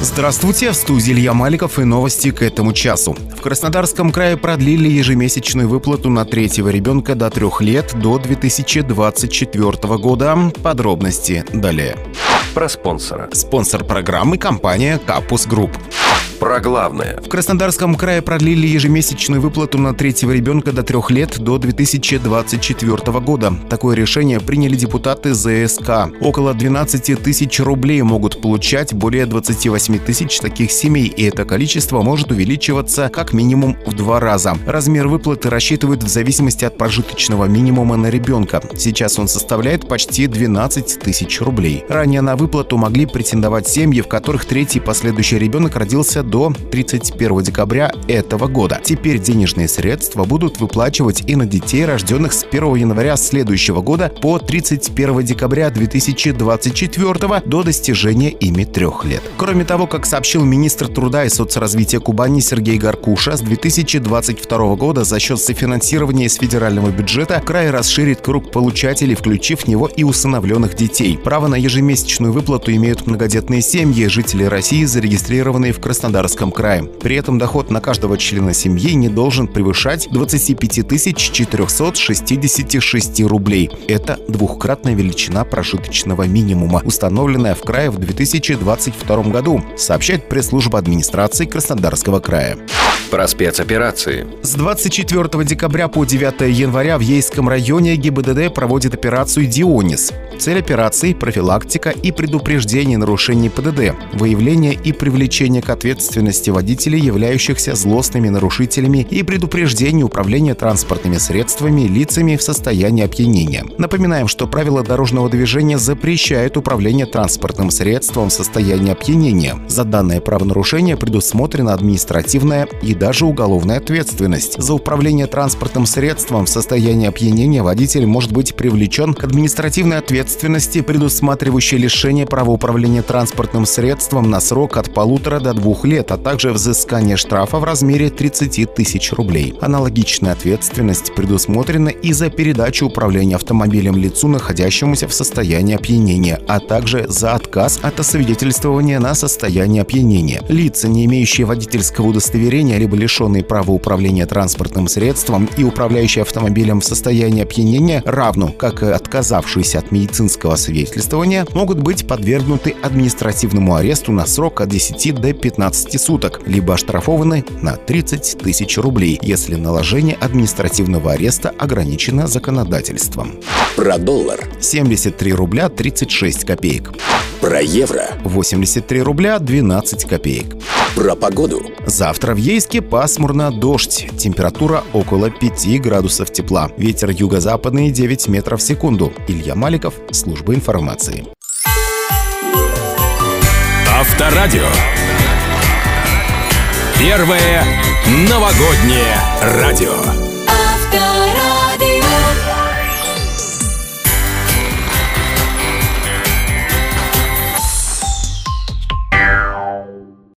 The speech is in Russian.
Здравствуйте, в студии Илья Маликов и новости к этому часу. В Краснодарском крае продлили ежемесячную выплату на третьего ребенка до 3 лет до 2024 года. Подробности далее. Про спонсора. Спонсор программы — компания «Капус Групп». Про главное. В Краснодарском крае продлили ежемесячную выплату на третьего ребенка до 3 лет до 2024 года. Такое решение приняли депутаты ЗСК. Около 12 тысяч рублей могут получать более 28 тысяч таких семей, и это количество может увеличиваться как минимум в 2 раза. Размер выплаты рассчитывают в зависимости от прожиточного минимума на ребенка. Сейчас он составляет почти 12 тысяч рублей. Ранее на выплату могли претендовать семьи, в которых третий последующий ребенок родился до 31 декабря этого года. Теперь денежные средства будут выплачивать и на детей, рожденных с 1 января следующего года по 31 декабря 2024 до достижения ими 3 лет. Кроме того, как сообщил министр труда и соцразвития Кубани Сергей Гаркуша, с 2022 года за счет софинансирования из федерального бюджета край расширит круг получателей, включив в него и усыновленных детей. Право на ежемесячную выплату имеют многодетные семьи, жители России, зарегистрированные в Краснодарском крае. При этом доход на каждого члена семьи не должен превышать 25 466 рублей. Это двухкратная величина прожиточного минимума, установленная в крае в 2022 году, сообщает пресс-служба администрации Краснодарского края. Про спецоперации. С 24 декабря по 9 января в Ейском районе ГИБДД проводит операцию «Дионис». Цель операции – профилактика и предупреждение нарушений ПДД, выявление и привлечение к ответственности водителей, являющихся злостными нарушителями, и предупреждение управления транспортными средствами лицами в состоянии опьянения. Напоминаем, что правила дорожного движения запрещают управление транспортным средством в состоянии опьянения. За данное правонарушение предусмотрена административная и даже уголовная ответственность. За управление транспортным средством в состоянии опьянения водитель может быть привлечен к административной ответственности, предусматривающей лишение права управления транспортным средством на срок от 1,5 до 2 лет, а также взыскание штрафа в размере 30 тысяч рублей. Аналогичная ответственность предусмотрена и за передачу управления автомобилем лицу, находящемуся в состоянии опьянения, а также за отказ от освидетельствования на состояние опьянения. Лица, не имеющие водительского удостоверения, либо лишенные права управления транспортным средством и управляющие автомобилем в состоянии опьянения, равно как и отказавшиеся от медицинского свидетельствования, могут быть подвергнуты административному аресту на срок от 10 до 15 суток, либо оштрафованы на 30 тысяч рублей, если наложение административного ареста ограничено законодательством. Про доллар. 73 рубля 36 копеек. Про евро. 83 рубля 12 копеек. Про погоду. Завтра в Ейске пасмурно, дождь. Температура около 5 градусов тепла. Ветер юго-западный 9 метров в секунду. Илья Маликов, служба информации. Авторадио. Первое новогоднее радио.